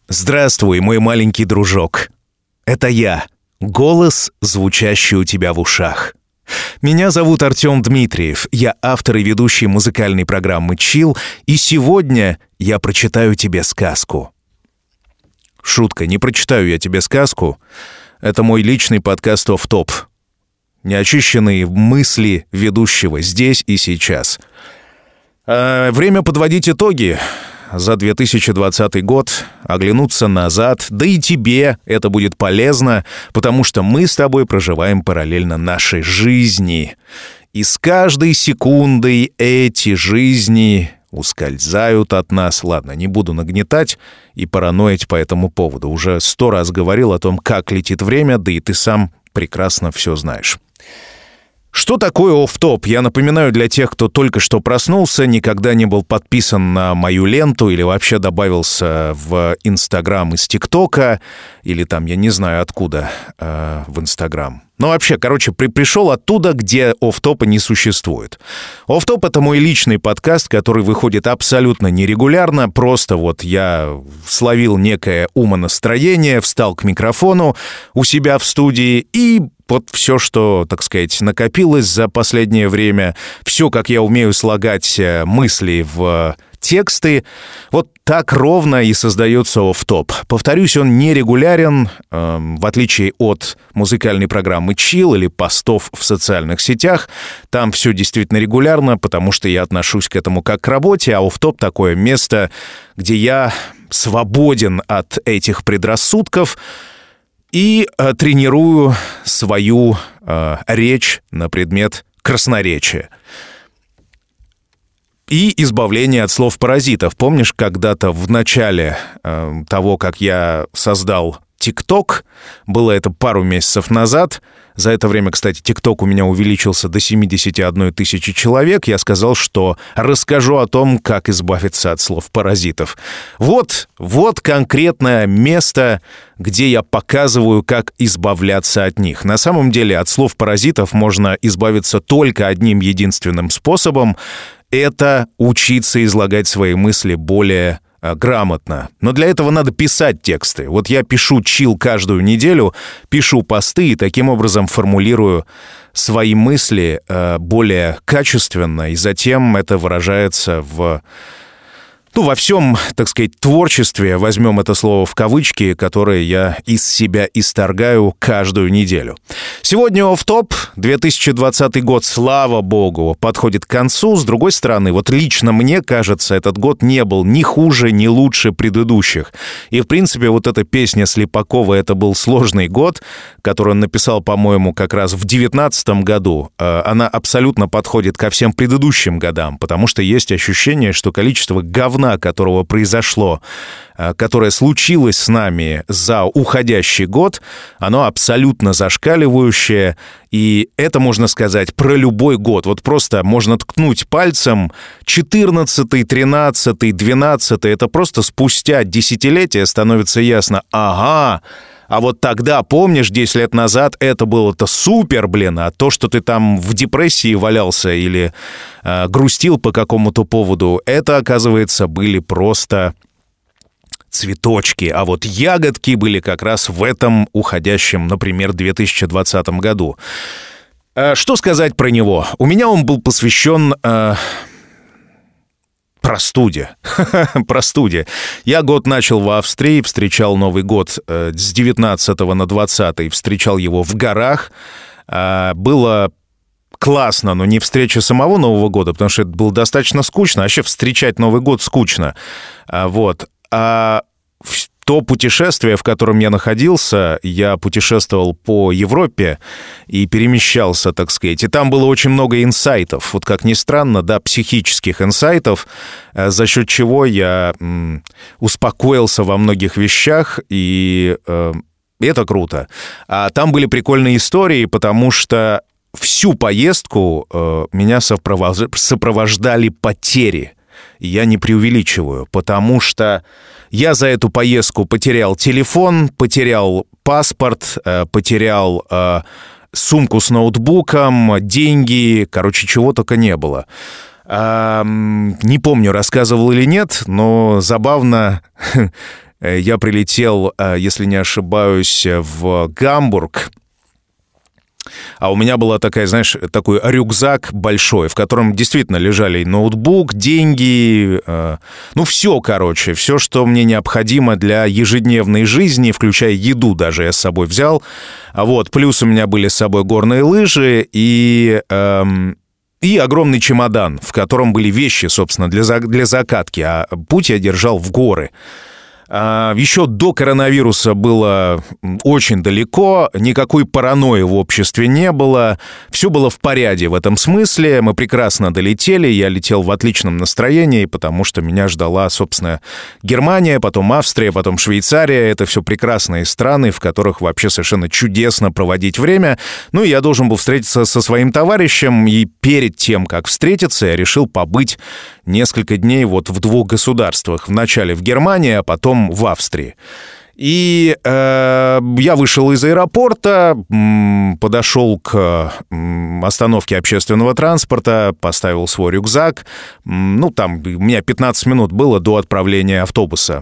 Здравствуй, мой маленький дружок. Это я, голос, звучащий у тебя в ушах. Меня зовут Артем Дмитриев, я автор и ведущий музыкальной программы «Чилл», и сегодня я прочитаю тебе сказку. Шутка, не прочитаю я тебе сказку. Это мой личный подкаст «Офф-топ». Неочищенные мысли ведущего здесь и сейчас. Время подводить итоги за 2020 год, оглянуться назад, да и тебе это будет полезно, потому что мы с тобой проживаем параллельно нашей жизни. И с каждой секундой эти жизни ускользают от нас. Ладно, не буду нагнетать и параноить по этому поводу. Уже 100 раз говорил о том, как летит время, да и ты сам прекрасно все знаешь. Что такое офф-топ? Я напоминаю для тех, кто только что проснулся, никогда не был подписан на мою ленту или вообще добавился в Инстаграм из ТикТока, или там, я не знаю откуда, в Инстаграм. Ну, вообще, пришел оттуда, где офф-топа не существует. Офф-топ — это мой личный подкаст, который выходит абсолютно нерегулярно. Просто вот я словил некое умонастроение, встал к микрофону у себя в студии и вот все, что, так сказать, накопилось за последнее время, все, как я умею слагать мысли в тексты, вот так ровно и создается офф-топ. Повторюсь, он нерегулярен, в отличие от музыкальной программы «Чилл» или постов в социальных сетях. Там все действительно регулярно, потому что я отношусь к этому как к работе, а офф-топ — такое место, где я свободен от этих предрассудков и тренирую свою речь на предмет красноречия. И избавление от слов-паразитов. Помнишь, когда-то в начале того, как я создал ТикТок, было это пару месяцев назад, за это время, кстати, ТикТок у меня увеличился до 71 тысячи человек, я сказал, что расскажу о том, как избавиться от слов-паразитов. Вот конкретное место, где я показываю, как избавляться от них. На самом деле от слов-паразитов можно избавиться только одним единственным способом — это учиться излагать свои мысли более грамотно. Но для этого надо писать тексты. Вот я пишу «Чилл» каждую неделю, пишу посты и таким образом формулирую свои мысли более качественно, и затем это выражается во всем, так сказать, творчестве, возьмем это слово в кавычки, которое я из себя исторгаю каждую неделю. Сегодня офф-топ, 2020 год, слава богу, подходит к концу. С другой стороны, вот лично мне кажется, этот год не был ни хуже, ни лучше предыдущих. И, в принципе, вот эта песня Слепакова «Это был сложный год», которую он написал, по-моему, как раз в 2019 году, она абсолютно подходит ко всем предыдущим годам, потому что есть ощущение, что количество говна, которое случилось с нами за уходящий год, оно абсолютно зашкаливающее, и это можно сказать про любой год. Вот просто можно ткнуть пальцем 14-й, 13-й, 12-й, это просто спустя десятилетия становится ясно, ага, а вот тогда, помнишь, 10 лет назад это было-то супер, а то, что ты там в депрессии валялся или грустил по какому-то поводу, это, оказывается, были просто цветочки, а вот ягодки были как раз в этом уходящем, например, 2020 году. Что сказать про него? У меня он был посвящен простуде. Простуде. Я год начал в Австрии, встречал Новый год с 19 на 20, встречал его в горах. Было классно, но не встреча самого Нового года, потому что это было достаточно скучно. Вообще встречать Новый год скучно. То путешествие, в котором я находился, я путешествовал по Европе и перемещался, так сказать. И там было очень много инсайтов, вот как ни странно, да, психических инсайтов, за счет чего я успокоился во многих вещах, и это круто. А там были прикольные истории, потому что всю поездку меня сопровождали потери. Я не преувеличиваю, потому что я за эту поездку потерял телефон, потерял паспорт, потерял сумку с ноутбуком, деньги, чего только не было. Не помню, рассказывал или нет, но забавно, я прилетел, если не ошибаюсь, в Гамбург. А у меня была такая, знаешь, такой рюкзак большой, в котором действительно лежали ноутбук, деньги, все, короче, все, что мне необходимо для ежедневной жизни, включая еду даже я с собой взял. Вот, плюс у меня были с собой горные лыжи и огромный чемодан, в котором были вещи, собственно, для закатки, а путь я держал в горы. Еще до коронавируса было очень далеко, никакой паранойи в обществе не было, все было в порядке в этом смысле, мы прекрасно долетели, я летел в отличном настроении, потому что меня ждала, собственно, Германия, потом Австрия, потом Швейцария, это все прекрасные страны, в которых вообще совершенно чудесно проводить время. Ну и я должен был встретиться со своим товарищем, и перед тем, как встретиться, я решил побыть несколько дней вот в 2 государствах. Вначале в Германии, а потом в Австрии. И я вышел из аэропорта, подошел к остановке общественного транспорта, поставил свой рюкзак. Там у меня 15 минут было до отправления автобуса.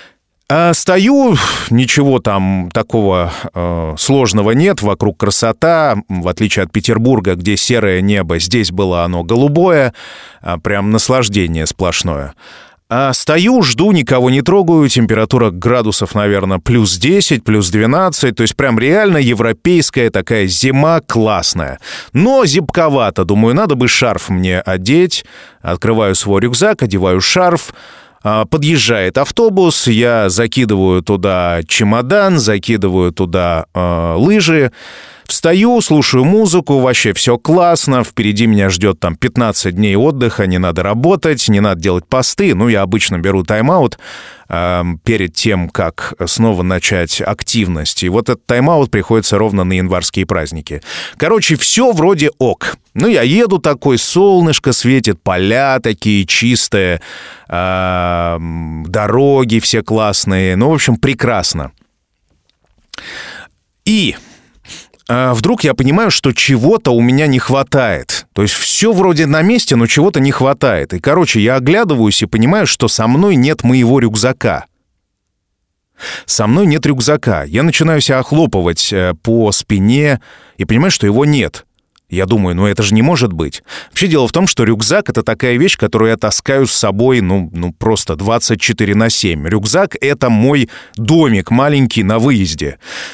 Стою, ничего там такого сложного нет, вокруг красота, в отличие от Петербурга, где серое небо, здесь было оно голубое, прям наслаждение сплошное. Стою, жду, никого не трогаю, температура градусов, наверное, плюс 10, плюс 12, то есть прям реально европейская такая зима классная. Но зябковато, думаю, надо бы шарф мне одеть, открываю свой рюкзак, одеваю шарф. Подъезжает автобус, я закидываю туда чемодан, закидываю туда лыжи, встаю, слушаю музыку, вообще все классно, впереди меня ждет там 15 дней отдыха, не надо работать, не надо делать посты, я обычно беру тайм-аут перед тем, как снова начать активность, и вот этот тайм-аут приходится ровно на январские праздники. Короче, все вроде ок. Я еду такой, солнышко светит, поля такие чистые, дороги все классные, в общем, прекрасно. И вдруг я понимаю, что чего-то у меня не хватает. То есть все вроде на месте, но чего-то не хватает. И, я оглядываюсь и понимаю, что со мной нет моего рюкзака. Со мной нет рюкзака. Я начинаю себя охлопывать по спине и понимаю, что его нет. Я думаю, это же не может быть. Вообще дело в том, что рюкзак — это такая вещь, которую я таскаю с собой, просто 24/7. Рюкзак — это мой домик маленький на выезде.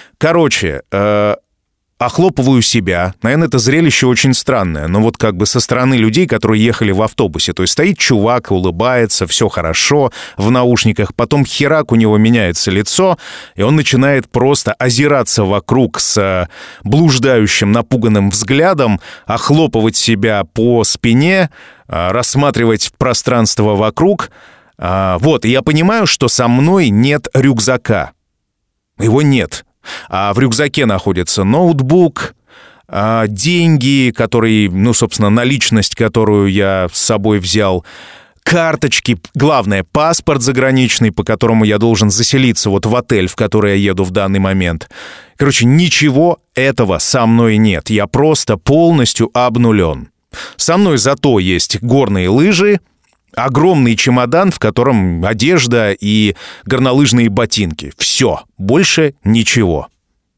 Охлопываю себя. Наверное, это зрелище очень странное, но со стороны людей, которые ехали в автобусе. То есть стоит чувак, улыбается, все хорошо в наушниках, потом херак, у него меняется лицо, и он начинает просто озираться вокруг с блуждающим, напуганным взглядом, охлопывать себя по спине, рассматривать пространство вокруг. И я понимаю, что со мной нет рюкзака. Его нет. А в рюкзаке находится ноутбук, деньги, которые, собственно, наличность, которую я с собой взял, карточки, главное, паспорт заграничный, по которому я должен заселиться в отель, в который я еду в данный момент. Ничего этого со мной нет. Я просто полностью обнулен. Со мной зато есть горные лыжи, огромный чемодан, в котором одежда и горнолыжные ботинки. Все, больше ничего.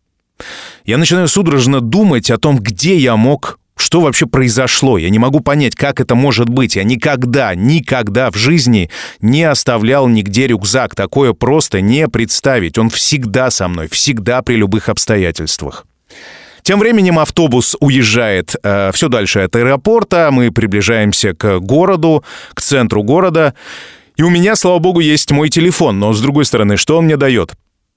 Я начинаю судорожно думать о том, где я мог, что вообще произошло. Я не могу понять, как это может быть. Я никогда в жизни не оставлял нигде рюкзак. Такое просто не представить. Он всегда со мной, всегда при любых обстоятельствах. Тем временем автобус уезжает все дальше от аэропорта, мы приближаемся к городу, к центру города, и у меня, слава богу, есть мой телефон, но, с другой стороны, что он мне дает?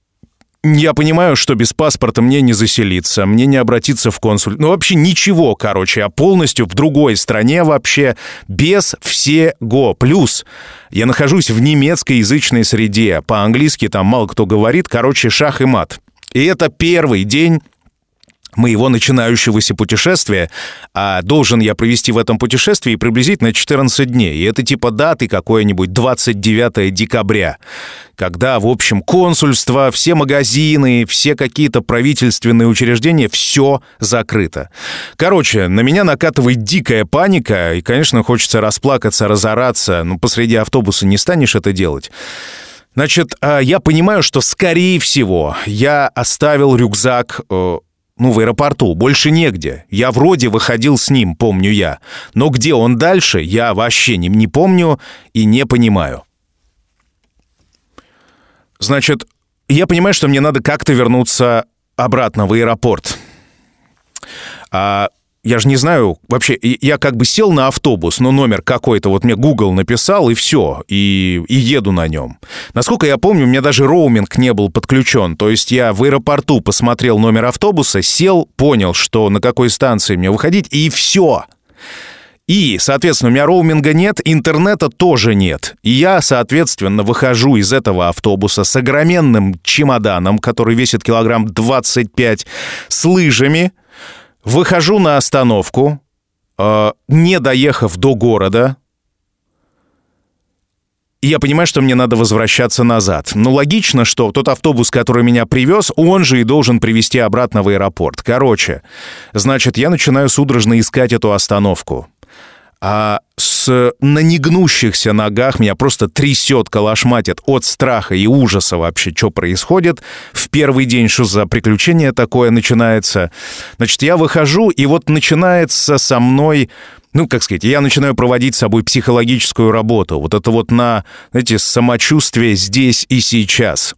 Я понимаю, что без паспорта мне не заселиться, мне не обратиться в консуль, вообще ничего, а полностью в другой стране вообще, без всего. Плюс я нахожусь в немецкоязычной среде, по-английски там мало кто говорит, шах и мат. И это первый день моего начинающегося путешествия, а должен я провести в этом путешествии приблизительно 14 дней. И это типа даты какое-нибудь 29 декабря, когда, в общем, консульство, все магазины, все какие-то правительственные учреждения, все закрыто. На меня накатывает дикая паника, и, конечно, хочется расплакаться, разораться, посреди автобуса не станешь это делать. Значит, я понимаю, что, скорее всего, я оставил рюкзак, в аэропорту, больше негде. Я вроде выходил с ним, помню я. Но где он дальше, я вообще не помню и не понимаю. Значит, я понимаю, что мне надо как-то вернуться обратно в аэропорт. Я же не знаю, вообще, я как бы сел на автобус, но номер какой-то, вот мне Google написал, и все, и еду на нем. Насколько я помню, у меня даже роуминг не был подключен, то есть я в аэропорту посмотрел номер автобуса, сел, понял, что на какой станции мне выходить, и все. И, соответственно, у меня роуминга нет, интернета тоже нет. И я, соответственно, выхожу из этого автобуса с огроменным чемоданом, который весит килограмм 25, с лыжами. Выхожу на остановку, не доехав до города, и я понимаю, что мне надо возвращаться назад. Ну, логично, что тот автобус, который меня привез, он же и должен привезти обратно в аэропорт. Короче, значит, я начинаю судорожно искать эту остановку. На негнущихся ногах меня просто трясет, колошматит от страха и ужаса вообще, что происходит. В первый день, что за приключение такое начинается. Значит, я выхожу, и вот начинается со мной... я начинаю проводить с собой психологическую работу. Вот это вот самочувствие здесь и сейчас.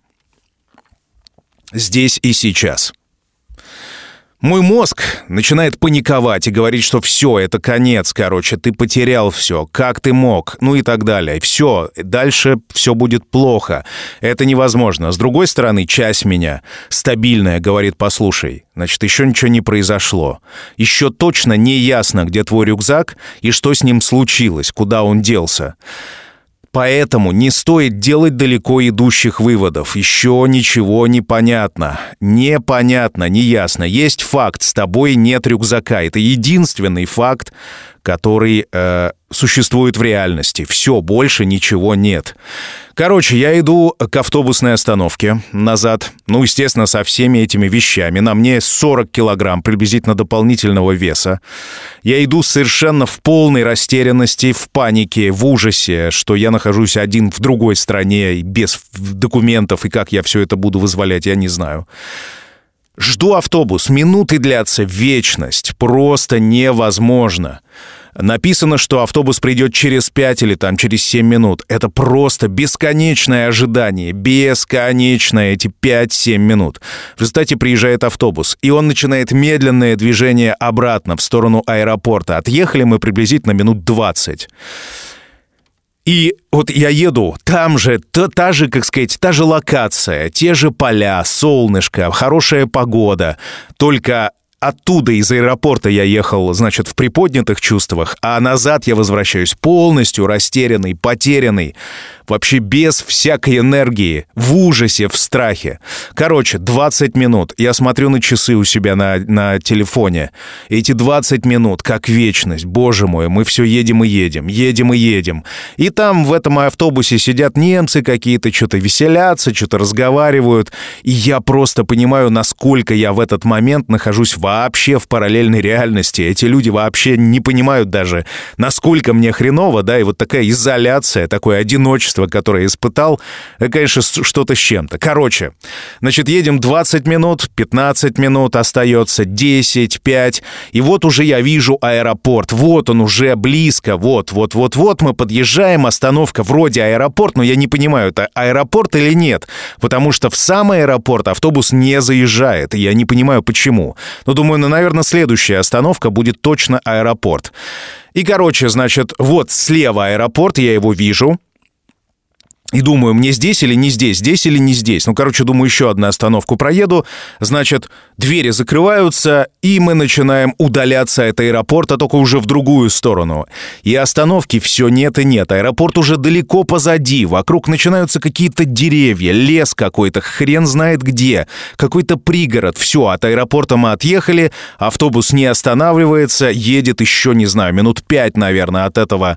Здесь и сейчас. Мой мозг начинает паниковать и говорить, что все, это конец, ты потерял все, как ты мог, и так далее. Все, дальше все будет плохо, это невозможно. С другой стороны, часть меня, стабильная, говорит, послушай, значит, еще ничего не произошло. Еще точно не ясно, где твой рюкзак и что с ним случилось, куда он делся. Поэтому не стоит делать далеко идущих выводов. Еще ничего не понятно. Непонятно, неясно. Есть факт, с тобой нет рюкзака. Это единственный факт, который существует в реальности. Все, больше ничего нет. Короче, я иду к автобусной остановке назад. Естественно, со всеми этими вещами. На мне 40 килограмм приблизительно дополнительного веса. Я иду совершенно в полной растерянности, в панике, в ужасе, что я нахожусь один в другой стране, без документов, и как я все это буду вызволять, я не знаю. Жду автобус. Минуты длятся вечность. Просто невозможно. Написано, что автобус придет через 5 или через 7 минут. Это просто бесконечное ожидание. Бесконечное эти 5-7 минут. В результате приезжает автобус, и он начинает медленное движение обратно в сторону аэропорта. Отъехали мы приблизительно минут 20. И вот я еду, там же, та же локация, те же поля, солнышко, хорошая погода, только оттуда, из аэропорта, я ехал, значит, в приподнятых чувствах, а назад я возвращаюсь полностью растерянный, потерянный, вообще без всякой энергии, в ужасе, в страхе. Короче, 20 минут. Я смотрю на часы у себя на телефоне. Эти 20 минут, как вечность. Боже мой, мы все едем и едем, едем и едем. И там в этом автобусе сидят немцы какие-то, что-то веселятся, что-то разговаривают. И я просто понимаю, насколько я в этот момент нахожусь вообще в параллельной реальности. Эти люди вообще не понимают даже, насколько мне хреново, да, и вот такая изоляция, такое одиночество, которое я испытал, конечно, что-то с чем-то. Короче, значит, едем 20 минут, 15 минут остается, 10, 5, и вот уже я вижу аэропорт, вот он уже близко, вот мы подъезжаем, остановка вроде аэропорт, но я не понимаю, это аэропорт или нет, потому что в сам аэропорт автобус не заезжает, и я не понимаю, почему. Но думаю, наверное, следующая остановка будет точно аэропорт. И, короче, значит, вот слева аэропорт, я его вижу. И думаю, мне здесь или не здесь, здесь или не здесь. Думаю, еще одну остановку проеду. Значит, двери закрываются, и мы начинаем удаляться от аэропорта, только уже в другую сторону. И остановки все нет и нет. Аэропорт уже далеко позади. Вокруг начинаются какие-то деревья, лес какой-то, хрен знает где. Какой-то пригород. Все, от аэропорта мы отъехали, автобус не останавливается, едет еще, не знаю, минут 5, наверное, от этого,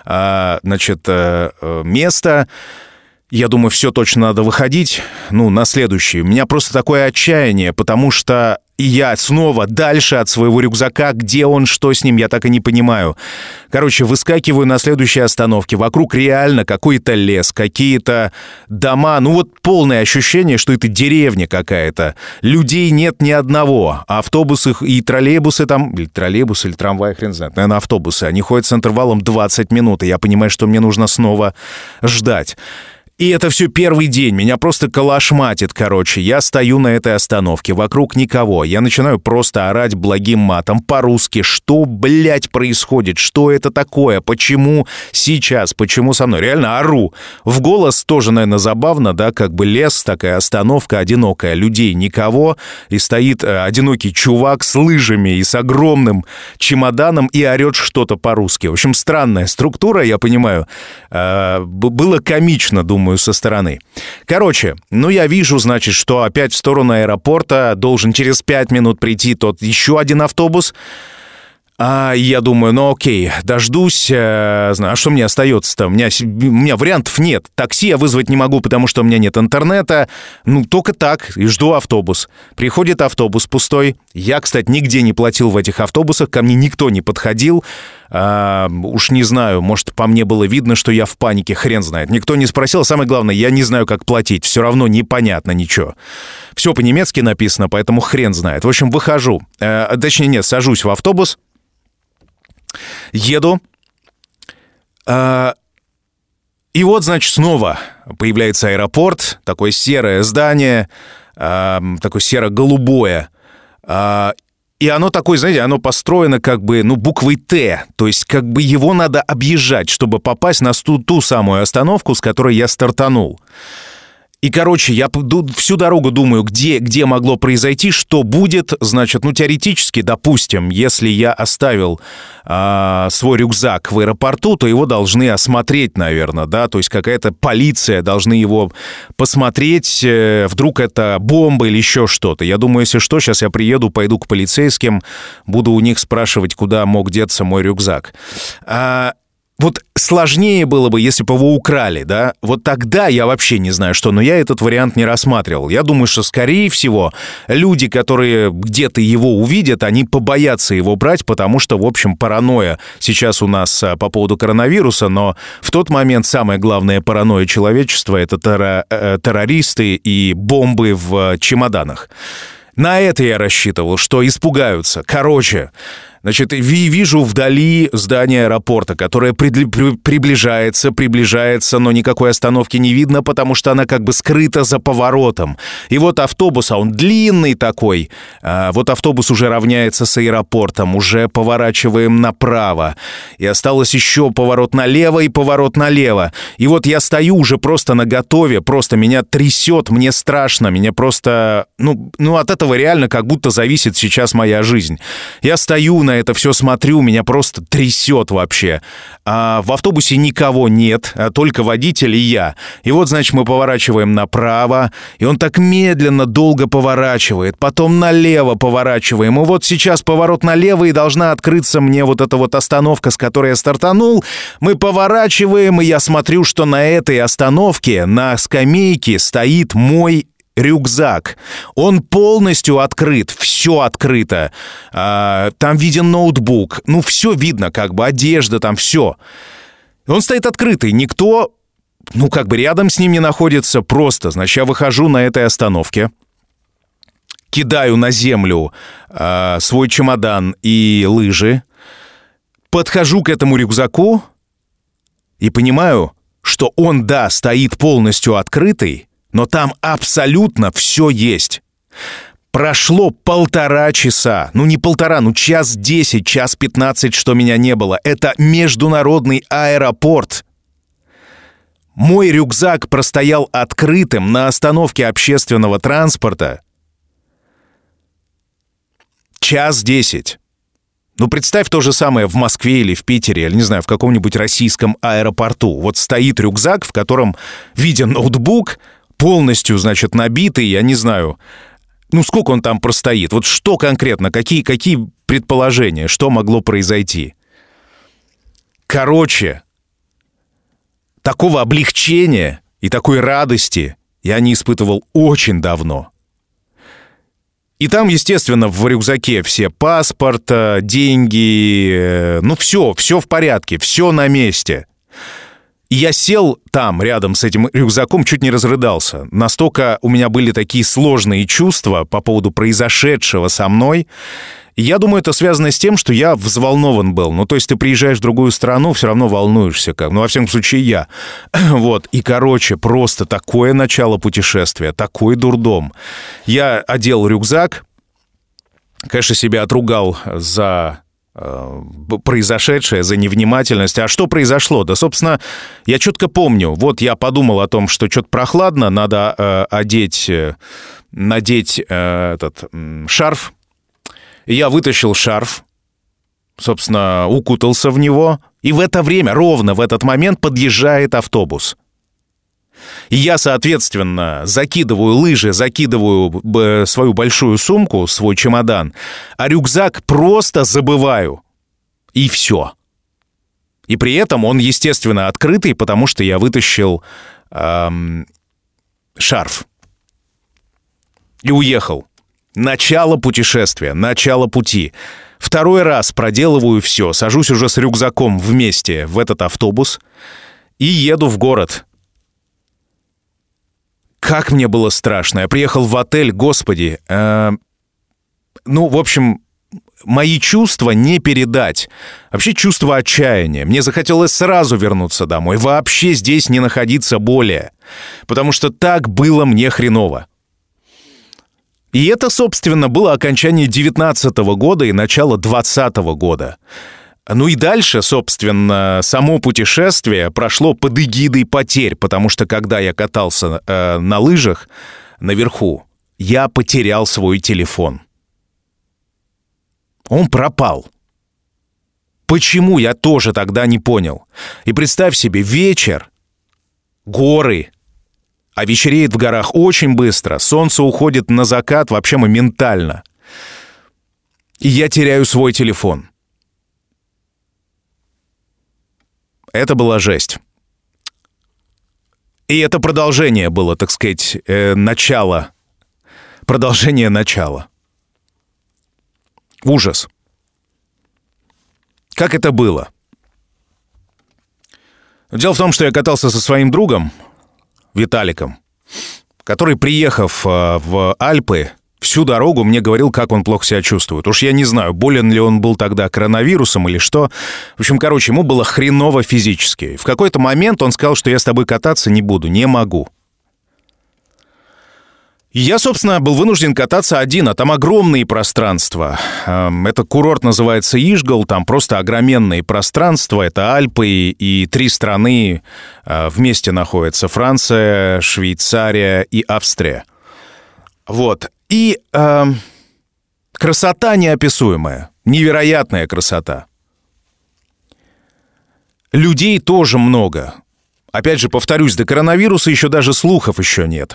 места. Я думаю, все, точно надо выходить, на следующий. У меня просто такое отчаяние, потому что И я снова дальше от своего рюкзака. Где он, что с ним, я так и не понимаю. Короче, выскакиваю на следующей остановке. Вокруг реально какой-то лес, какие-то дома. Ну вот полное ощущение, что это деревня какая-то. Людей нет ни одного. Автобусы и троллейбусы там... Или троллейбусы, или трамваи, хрен знает. Наверное, автобусы. Они ходят с интервалом 20 минут. И я понимаю, что мне нужно снова ждать. И это все первый день, меня просто колошматит, короче. Я стою на этой остановке, вокруг никого. Я начинаю просто орать благим матом по-русски. Что, блядь, происходит? Что это такое? Почему сейчас? Почему со мной? Реально ору. В голос тоже, наверное, забавно, да, как бы лес, такая остановка одинокая, людей никого. И стоит одинокий чувак с лыжами и с огромным чемоданом и орет что-то по-русски. В общем, странная структура, я понимаю. Было комично, думаю, со стороны. Короче, я вижу, значит, что опять в сторону аэропорта должен через 5 минут прийти тот еще один автобус. Я думаю, окей, дождусь. А что мне остается-то? У меня вариантов нет. Такси я вызвать не могу, потому что у меня нет интернета. Только так. И жду автобус. Приходит автобус пустой. Я, кстати, нигде не платил в этих автобусах. Ко мне никто не подходил. Уж не знаю, может, по мне было видно, что я в панике, хрен знает. Никто не спросил. Самое главное, я не знаю, как платить. Все равно непонятно ничего. Все по-немецки написано, поэтому хрен знает. В общем, выхожу. Точнее, нет, сажусь в автобус. Еду. И вот, значит, снова появляется аэропорт. Такое серое здание. Такое серо-голубое. И оно такое, знаете, оно построено как бы, буквой «Т». То есть как бы его надо объезжать, чтобы попасть на ту самую остановку, с которой я стартанул. И, короче, я всю дорогу думаю, где могло произойти, что будет. Значит, теоретически, допустим, если я оставил свой рюкзак в аэропорту, то его должны осмотреть, наверное, да, то есть какая-то полиция должны его посмотреть, вдруг это бомба или еще что-то. Я думаю, если что, сейчас я приеду, пойду к полицейским, буду у них спрашивать, куда мог деться мой рюкзак. Вот сложнее было бы, если бы его украли, да? Вот тогда я вообще не знаю что, но я этот вариант не рассматривал. Я думаю, что, скорее всего, люди, которые где-то его увидят, они побоятся его брать, потому что, в общем, паранойя сейчас у нас по поводу коронавируса, но в тот момент самая главная паранойя человечества — это террористы и бомбы в чемоданах. На это я рассчитывал, что испугаются. Короче, значит, вижу вдали здание аэропорта, которое приближается, но никакой остановки не видно, потому что она как бы скрыта за поворотом. И вот автобус, а он длинный такой, вот автобус уже равняется с аэропортом, уже поворачиваем направо. И осталось еще поворот налево и поворот налево. И вот я стою уже просто наготове, просто меня трясет, мне страшно, меня просто... от этого реально как будто зависит сейчас моя жизнь. Я стою на это все смотрю, меня просто трясет вообще. В автобусе никого нет, только водитель и я. И вот, значит, мы поворачиваем направо, и он так медленно, долго поворачивает, потом налево поворачиваем. И вот сейчас поворот налево, и должна открыться мне вот эта вот остановка, с которой я стартанул. Мы поворачиваем, и я смотрю, что на этой остановке, на скамейке стоит мой рюкзак. Он полностью открыт, все открыто. Там виден ноутбук. Все видно, как бы одежда, там все. Он стоит открытый. Никто, рядом с ним не находится. Просто, значит, я выхожу на этой остановке, кидаю на землю свой чемодан и лыжи, подхожу к этому рюкзаку и понимаю, что он, да, стоит полностью открытый, но там абсолютно все есть. Прошло 1,5 часа. Не 1,5, час 10, час 15, что меня не было. Это международный аэропорт. Мой рюкзак простоял открытым на остановке общественного транспорта час 10. Представь то же самое в Москве или в Питере, или, не знаю, в каком-нибудь российском аэропорту. Вот стоит рюкзак, в котором виден ноутбук, полностью, значит, набитый, я не знаю, сколько он там простоит. Вот что конкретно, какие предположения, что могло произойти? Короче, такого облегчения и такой радости я не испытывал очень давно. И там, естественно, в рюкзаке все: паспорт, деньги, ну все в порядке, все на месте. И я сел там, рядом с этим рюкзаком, чуть не разрыдался. Настолько у меня были такие сложные чувства по поводу произошедшего со мной. И я думаю, это связано с тем, что я взволнован был. Ну, то есть ты приезжаешь в другую страну, все равно волнуешься как. Ну, во всяком случае, я. Вот. И, короче, просто такое начало путешествия, такой дурдом. Я одел рюкзак, конечно, себя отругал за произошедшее, за невнимательность. А что произошло? Да, собственно, я четко помню. Вот я подумал о том, что что-то прохладно, надо надеть этот шарф. И я вытащил шарф, собственно, укутался в него. И в это время, ровно в этот момент, подъезжает автобус. И я, соответственно, закидываю лыжи, закидываю свою большую сумку, свой чемодан, а рюкзак просто забываю. И все. И при этом он, естественно, открытый, потому что я вытащил шарф. И уехал. Начало путешествия, начало пути. Второй раз проделываю все, сажусь уже с рюкзаком вместе в этот автобус и еду в город. Как мне было страшно. Я приехал в отель, господи. В общем, мои чувства не передать. Вообще чувство отчаяния. Мне захотелось сразу вернуться домой, вообще здесь не находиться более. Потому что так было мне хреново. И это, собственно, было окончание 19-го года и начало 20-го года. Ну и дальше, собственно, само путешествие прошло под эгидой потерь, потому что когда я катался на лыжах наверху, я потерял свой телефон. Он пропал. Почему, я тоже тогда не понял. И представь себе, вечер, горы, а вечереет в горах очень быстро, солнце уходит на закат вообще моментально. И я теряю свой телефон. Это была жесть. И это продолжение было, так сказать, начало. Продолжение начала. Ужас. Как это было? Дело в том, что я катался со своим другом, Виталиком, который, приехав в Альпы, всю дорогу мне говорил, как он плохо себя чувствует. Уж я не знаю, болен ли он был тогда коронавирусом или что. В общем, ему было хреново физически. В какой-то момент он сказал, что я с тобой кататься не буду, не могу. И я, собственно, был вынужден кататься один, а там огромные пространства. Это курорт называется Ижгал, там просто огроменные пространства. Это Альпы и 3 страны вместе находятся: Франция, Швейцария и Австрия. Вот. И красота неописуемая, невероятная красота. Людей тоже много. Опять же, повторюсь, до коронавируса еще даже слухов еще нет.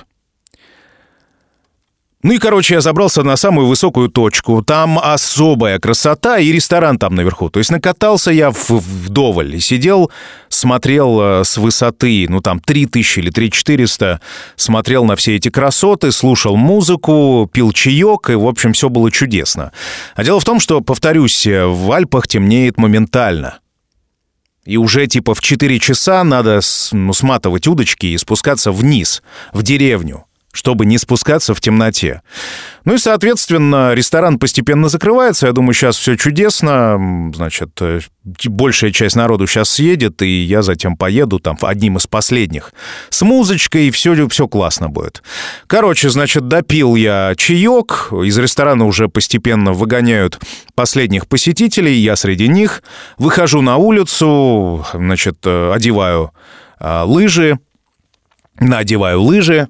Ну и, я забрался на самую высокую точку. Там особая красота и ресторан там наверху. То есть накатался я вдоволь и сидел, смотрел с высоты, 3000 или 3400, смотрел на все эти красоты, слушал музыку, пил чаек, и, в общем, все было чудесно. А дело в том, что, повторюсь, в Альпах темнеет моментально. И уже в 4 часа надо сматывать удочки и спускаться вниз, в деревню, чтобы не спускаться в темноте. Ну и, соответственно, ресторан постепенно закрывается. Я думаю, сейчас все чудесно. Значит, большая часть народу сейчас съедет, и я затем поеду там одним из последних с музычкой, и все классно будет. Допил я чаек. Из ресторана уже постепенно выгоняют последних посетителей. Я среди них. Выхожу на улицу, одеваю лыжи. Надеваю лыжи.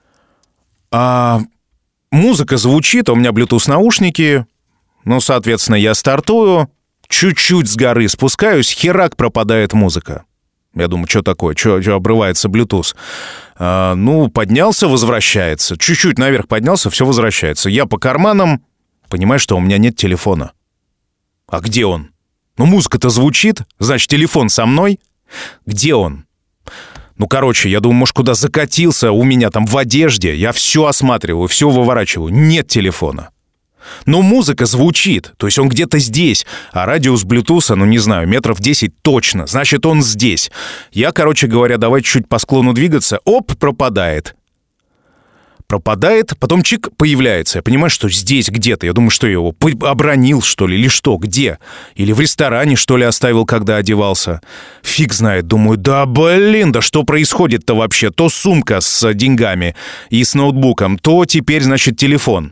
Музыка звучит, у меня Bluetooth-наушники. Соответственно, я стартую, чуть-чуть с горы спускаюсь, херак, пропадает музыка. Я думаю, что такое, что обрывается Bluetooth? Поднялся, возвращается. Чуть-чуть наверх поднялся, все возвращается. Я по карманам, понимаю, что у меня нет телефона. А где он? Музыка-то звучит, значит, телефон со мной. Где он? Я думаю, может, куда закатился, у меня там в одежде. Я все осматриваю, все выворачиваю. Нет телефона. Но музыка звучит, то есть он где-то здесь, а радиус Bluetooth, ну не знаю, метров 10 точно, значит он здесь. Я, короче говоря, давай чуть по склону двигаться, оп, пропадает. Пропадает, потом чик, появляется. Я понимаю, что здесь где-то. Я думаю, что я его обронил, что ли, или что, где? Или в ресторане, что ли, оставил, когда одевался. Фиг знает. Думаю, да блин, да что происходит-то вообще? То сумка с деньгами и с ноутбуком, то теперь, значит, телефон.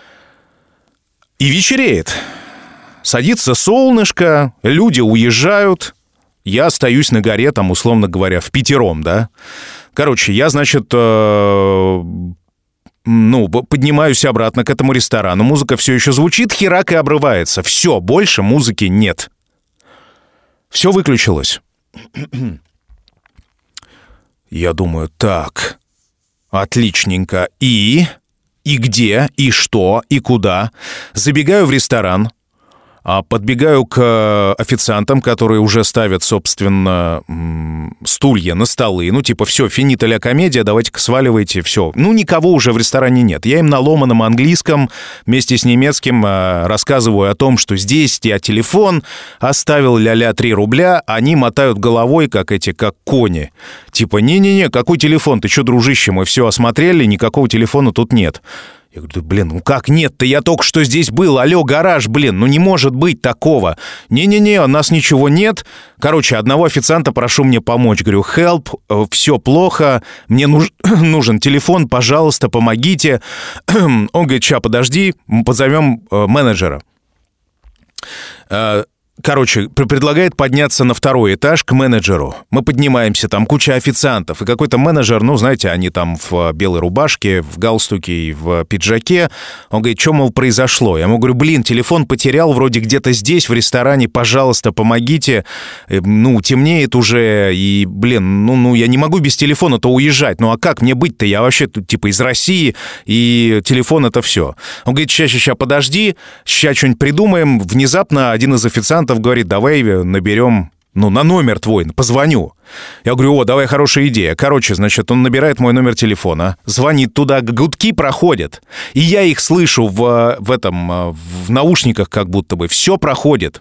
И вечереет. Садится солнышко, люди уезжают. Я остаюсь на горе, там, условно говоря, впятером, да? Короче, я, значит... поднимаюсь обратно к этому ресторану. Музыка все еще звучит, херак и обрывается. Все, больше музыки нет. Все выключилось. Я думаю, так, отличненько. И где, и что, и куда. Забегаю в ресторан, подбегаю к официантам, которые уже ставят, собственно, стулья на столы. Ну, типа, все, финита ля комедия, давайте-ка сваливайте, все. Ну, никого уже в ресторане нет. Я им на ломаном английском вместе с немецким рассказываю о том, что здесь я телефон оставил, ля-ля 3 рубля. Они мотают головой, как кони. Типа, не-не-не, какой телефон? Ты что, дружище, мы все осмотрели, никакого телефона тут нет. Я говорю, блин, ну как нет-то? Я только что здесь был. Алло, гараж, блин, ну не может быть такого. Не-не-не, у нас ничего нет. Короче, одного официанта прошу мне помочь. Говорю, help, все плохо, мне нужен телефон, пожалуйста, помогите. Он говорит, ща, подожди, позовем менеджера. Короче, предлагает подняться на 2-й этаж к менеджеру. Мы поднимаемся, там куча официантов. И какой-то менеджер, ну, знаете, они там в белой рубашке, в галстуке и в пиджаке. Он говорит, что, мол, произошло? Я ему говорю, блин, телефон потерял вроде где-то здесь, в ресторане, пожалуйста, помогите. Ну, темнеет уже, и, блин, ну, я не могу без телефона-то уезжать. Ну, а как мне быть-то? Я вообще, типа, из России, и телефон — это все. Он говорит, ща, подожди, ща что-нибудь придумаем. Внезапно один из официантов говорит, давай наберем, на номер твой, позвоню. Я говорю, давай, хорошая идея. Короче, значит, он набирает мой номер телефона, звонит туда, гудки проходят, и я их слышу в наушниках как будто бы, все проходит.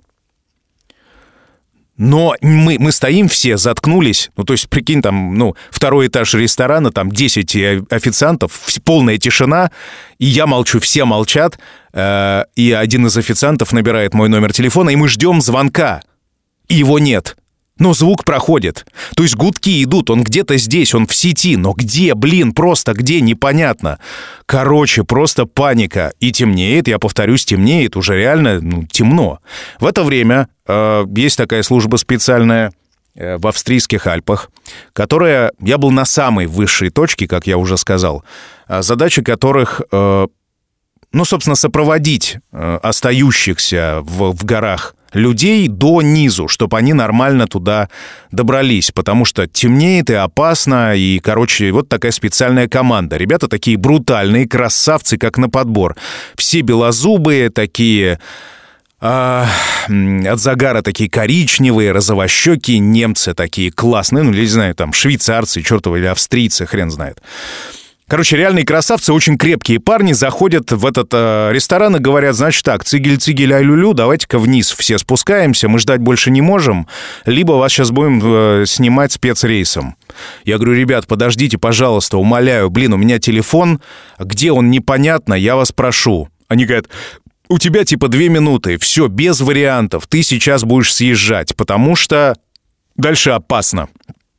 Но мы стоим все, заткнулись, то есть, прикинь, там, 2-й этаж ресторана, там 10 официантов, полная тишина, и я молчу, все молчат, и один из официантов набирает мой номер телефона, и мы ждем звонка, и его нет. Но звук проходит. То есть гудки идут, он где-то здесь, он в сети, но где, блин, просто где, непонятно. Короче, просто паника. И темнеет, я повторюсь, темнеет, уже реально темно. В это время есть такая служба специальная в австрийских Альпах, которая... Я был на самой высшей точке, как я уже сказал, задача которых... собственно, сопроводить остающихся в горах людей до низу, чтобы они нормально туда добрались, потому что темнеет и опасно, и, короче, вот такая специальная команда. Ребята такие брутальные, красавцы, как на подбор. Все белозубые, такие... от загара такие коричневые, розовощекие, немцы такие классные, не знаю, там, швейцарцы, чертовы, или австрийцы, хрен знает. Короче, реальные красавцы, очень крепкие парни заходят в этот ресторан и говорят, значит так, цигель-цигель, ай-лю-лю, давайте-ка вниз все спускаемся, мы ждать больше не можем, либо вас сейчас будем снимать спецрейсом. Я говорю, ребят, подождите, пожалуйста, умоляю, блин, у меня телефон, где он, непонятно, я вас прошу. Они говорят, у тебя типа 2 минуты, все, без вариантов, ты сейчас будешь съезжать, потому что дальше опасно.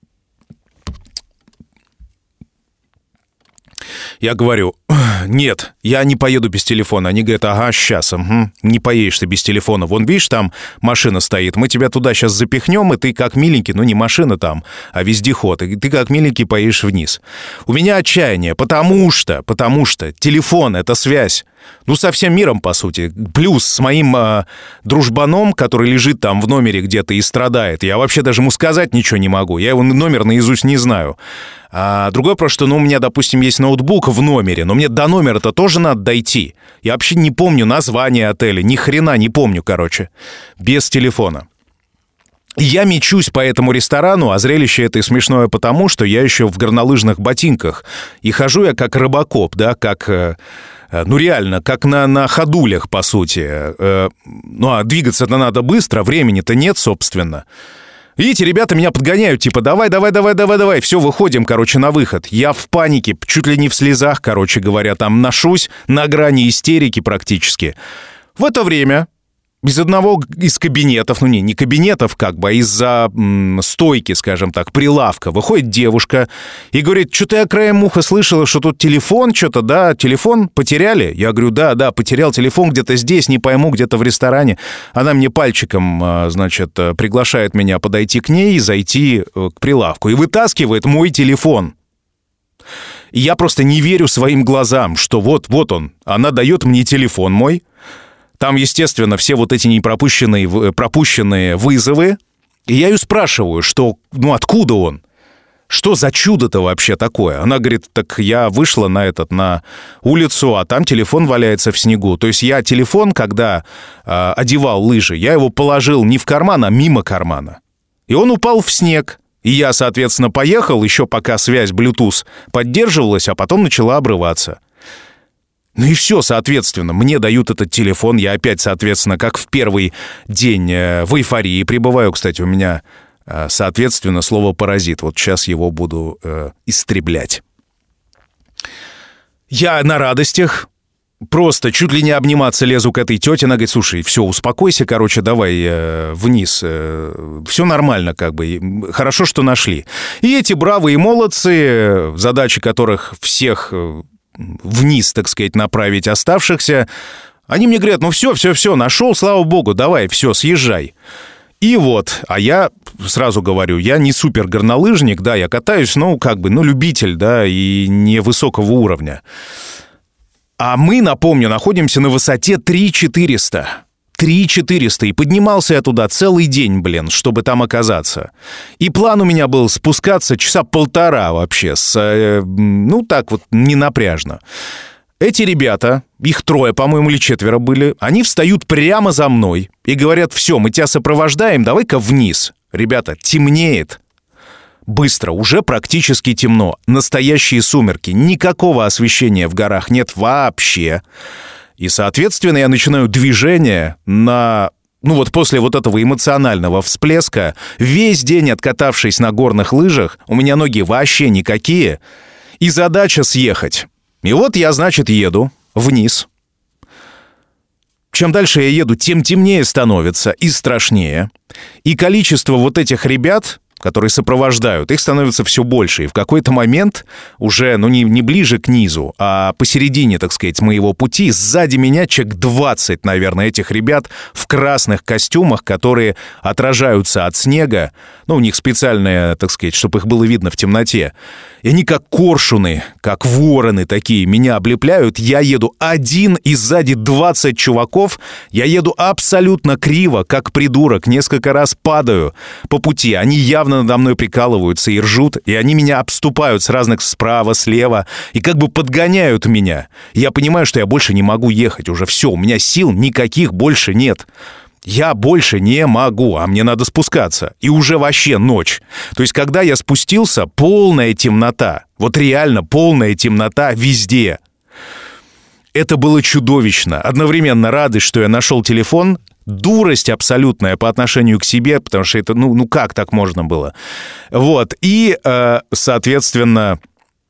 Я говорю, нет, я не поеду без телефона. Они говорят, ага, сейчас, не поедешь ты без телефона. Вон, видишь, там машина стоит, мы тебя туда сейчас запихнем, и ты как миленький, не машина там, а вездеход, и ты как миленький поедешь вниз. У меня отчаяние, потому что телефон — это связь. Со всем миром, по сути. Плюс с моим дружбаном, который лежит там в номере где-то и страдает. Я вообще даже ему сказать ничего не могу. Я его номер наизусть не знаю. А другое просто, что, у меня, допустим, есть ноутбук в номере, но мне до номера-то тоже надо дойти. Я вообще не помню название отеля, ни хрена не помню, короче. Без телефона. Я мечусь по этому ресторану, а зрелище это и смешное потому, что я еще в горнолыжных ботинках. И хожу я как рыбакоп, да, как... Ну, реально, как на ходулях, по сути. Ну, а двигаться-то надо быстро, времени-то нет, собственно. Видите, ребята меня подгоняют, типа, давай. Все, выходим, короче, на выход. Я в панике, чуть ли не в слезах, короче говоря, там ношусь на грани истерики практически. В это время из одного из кабинетов, ну не кабинетов как бы, а из-за стойки, скажем так, прилавка, выходит девушка и говорит: что-то я краем уха слышала, что тут телефон, что-то, да, телефон потеряли? Я говорю: да, потерял телефон где-то здесь, не пойму, где-то в ресторане. Она мне пальчиком, значит, приглашает меня подойти к ней и зайти к прилавку и вытаскивает мой телефон. И я просто не верю своим глазам, что вот он, она дает мне телефон мой. Там, естественно, все вот эти пропущенные вызовы. И я ее спрашиваю, что, ну, откуда он? Что за чудо-то вообще такое? Она говорит: так я вышла на улицу, а там телефон валяется в снегу. То есть я телефон, когда одевал лыжи, я его положил не в карман, а мимо кармана. И он упал в снег. И я, соответственно, поехал, еще пока связь Bluetooth поддерживалась, а потом начала обрываться. Ну и все, соответственно, мне дают этот телефон, я опять, соответственно, как в первый день в эйфории пребываю. Кстати, у меня, соответственно, слово «паразит». Вот сейчас его буду истреблять. Я на радостях, просто чуть ли не обниматься лезу к этой тете. Она говорит: слушай, все, успокойся, короче, давай вниз. Все нормально, как бы. Хорошо, что нашли. И эти бравые молодцы, задачи которых всех... вниз, так сказать, направить оставшихся, они мне говорят: ну все, нашел, слава богу, давай, все, съезжай. И вот, а я сразу говорю, я не супер горнолыжник, да, я катаюсь, ну, как бы, ну, любитель, да, и невысокого уровня. А мы, напомню, находимся на высоте 3400. 3400, и поднимался я туда целый день, чтобы там оказаться. И план у меня был спускаться часа полтора вообще, ну так вот, не напряжно. Эти ребята, их 3, по-моему, или 4 были, они встают прямо за мной и говорят: все, мы тебя сопровождаем, давай-ка вниз. Ребята, темнеет. Быстро, уже практически темно, настоящие сумерки, никакого освещения в горах нет вообще. И, соответственно, я начинаю движение ну вот после вот этого эмоционального всплеска, весь день откатавшись на горных лыжах, у меня ноги вообще никакие, и задача съехать. И вот я, значит, еду вниз. Чем дальше я еду, тем темнее становится и страшнее. И количество вот этих ребят, которые сопровождают, их становится все больше. И в какой-то момент уже, ну, не ближе к низу, а посередине, так сказать, моего пути, сзади меня человек 20, наверное, этих ребят в красных костюмах, которые отражаются от снега. Ну, у них специальные, так сказать, чтобы их было видно в темноте. И они как коршуны, как вороны такие, меня облепляют. Я еду один, и сзади 20 чуваков. Я еду абсолютно криво, как придурок. Несколько раз падаю по пути. Они явно надо мной прикалываются и ржут. И они меня обступают с разных справа, слева. И как бы подгоняют меня. Я понимаю, что я больше не могу ехать. Уже все, у меня сил никаких больше нет. Я больше не могу, а мне надо спускаться. И уже вообще ночь. То есть, когда я спустился, полная темнота. Вот реально полная темнота везде. Это было чудовищно. Одновременно радость, что я нашел телефон, дурость абсолютная по отношению к себе, потому что это, ну как так можно было? Вот. И, соответственно,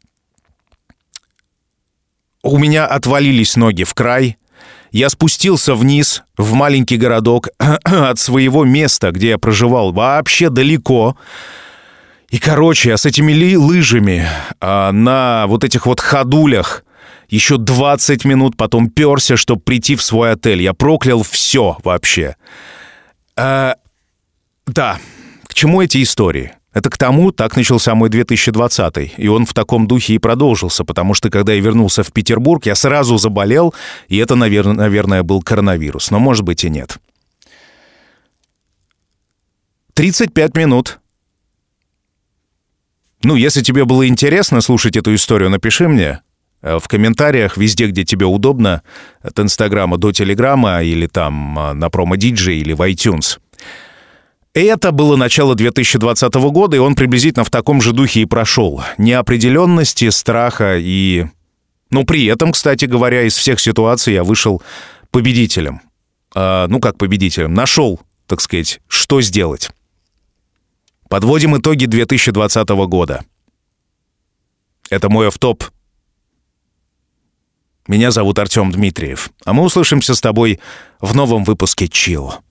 у меня отвалились ноги в край. Я спустился вниз, в маленький городок, от своего места, где я проживал, вообще далеко. И, короче, я с этими лыжами на вот этих вот ходулях еще 20 минут потом перся, чтобы прийти в свой отель. Я проклял все вообще. Да, к чему эти истории? Это к тому, так начался мой 2020-й, и он в таком духе и продолжился, потому что, когда я вернулся в Петербург, я сразу заболел, и это, наверное, был коронавирус, но, может быть, и нет. 35 минут. Ну, если тебе было интересно слушать эту историю, напиши мне в комментариях, везде, где тебе удобно, от Инстаграма до Телеграма, или там на промо-диджей, или в iTunes. Это было начало 2020 года, и он приблизительно в таком же духе и прошел. Неопределенности, страха и... при этом, кстати говоря, из всех ситуаций я вышел победителем. Как победителем? Нашел, так сказать, что сделать. Подводим итоги 2020 года. Это мой офф-топ. Меня зовут Артем Дмитриев, а мы услышимся с тобой в новом выпуске «Чилл».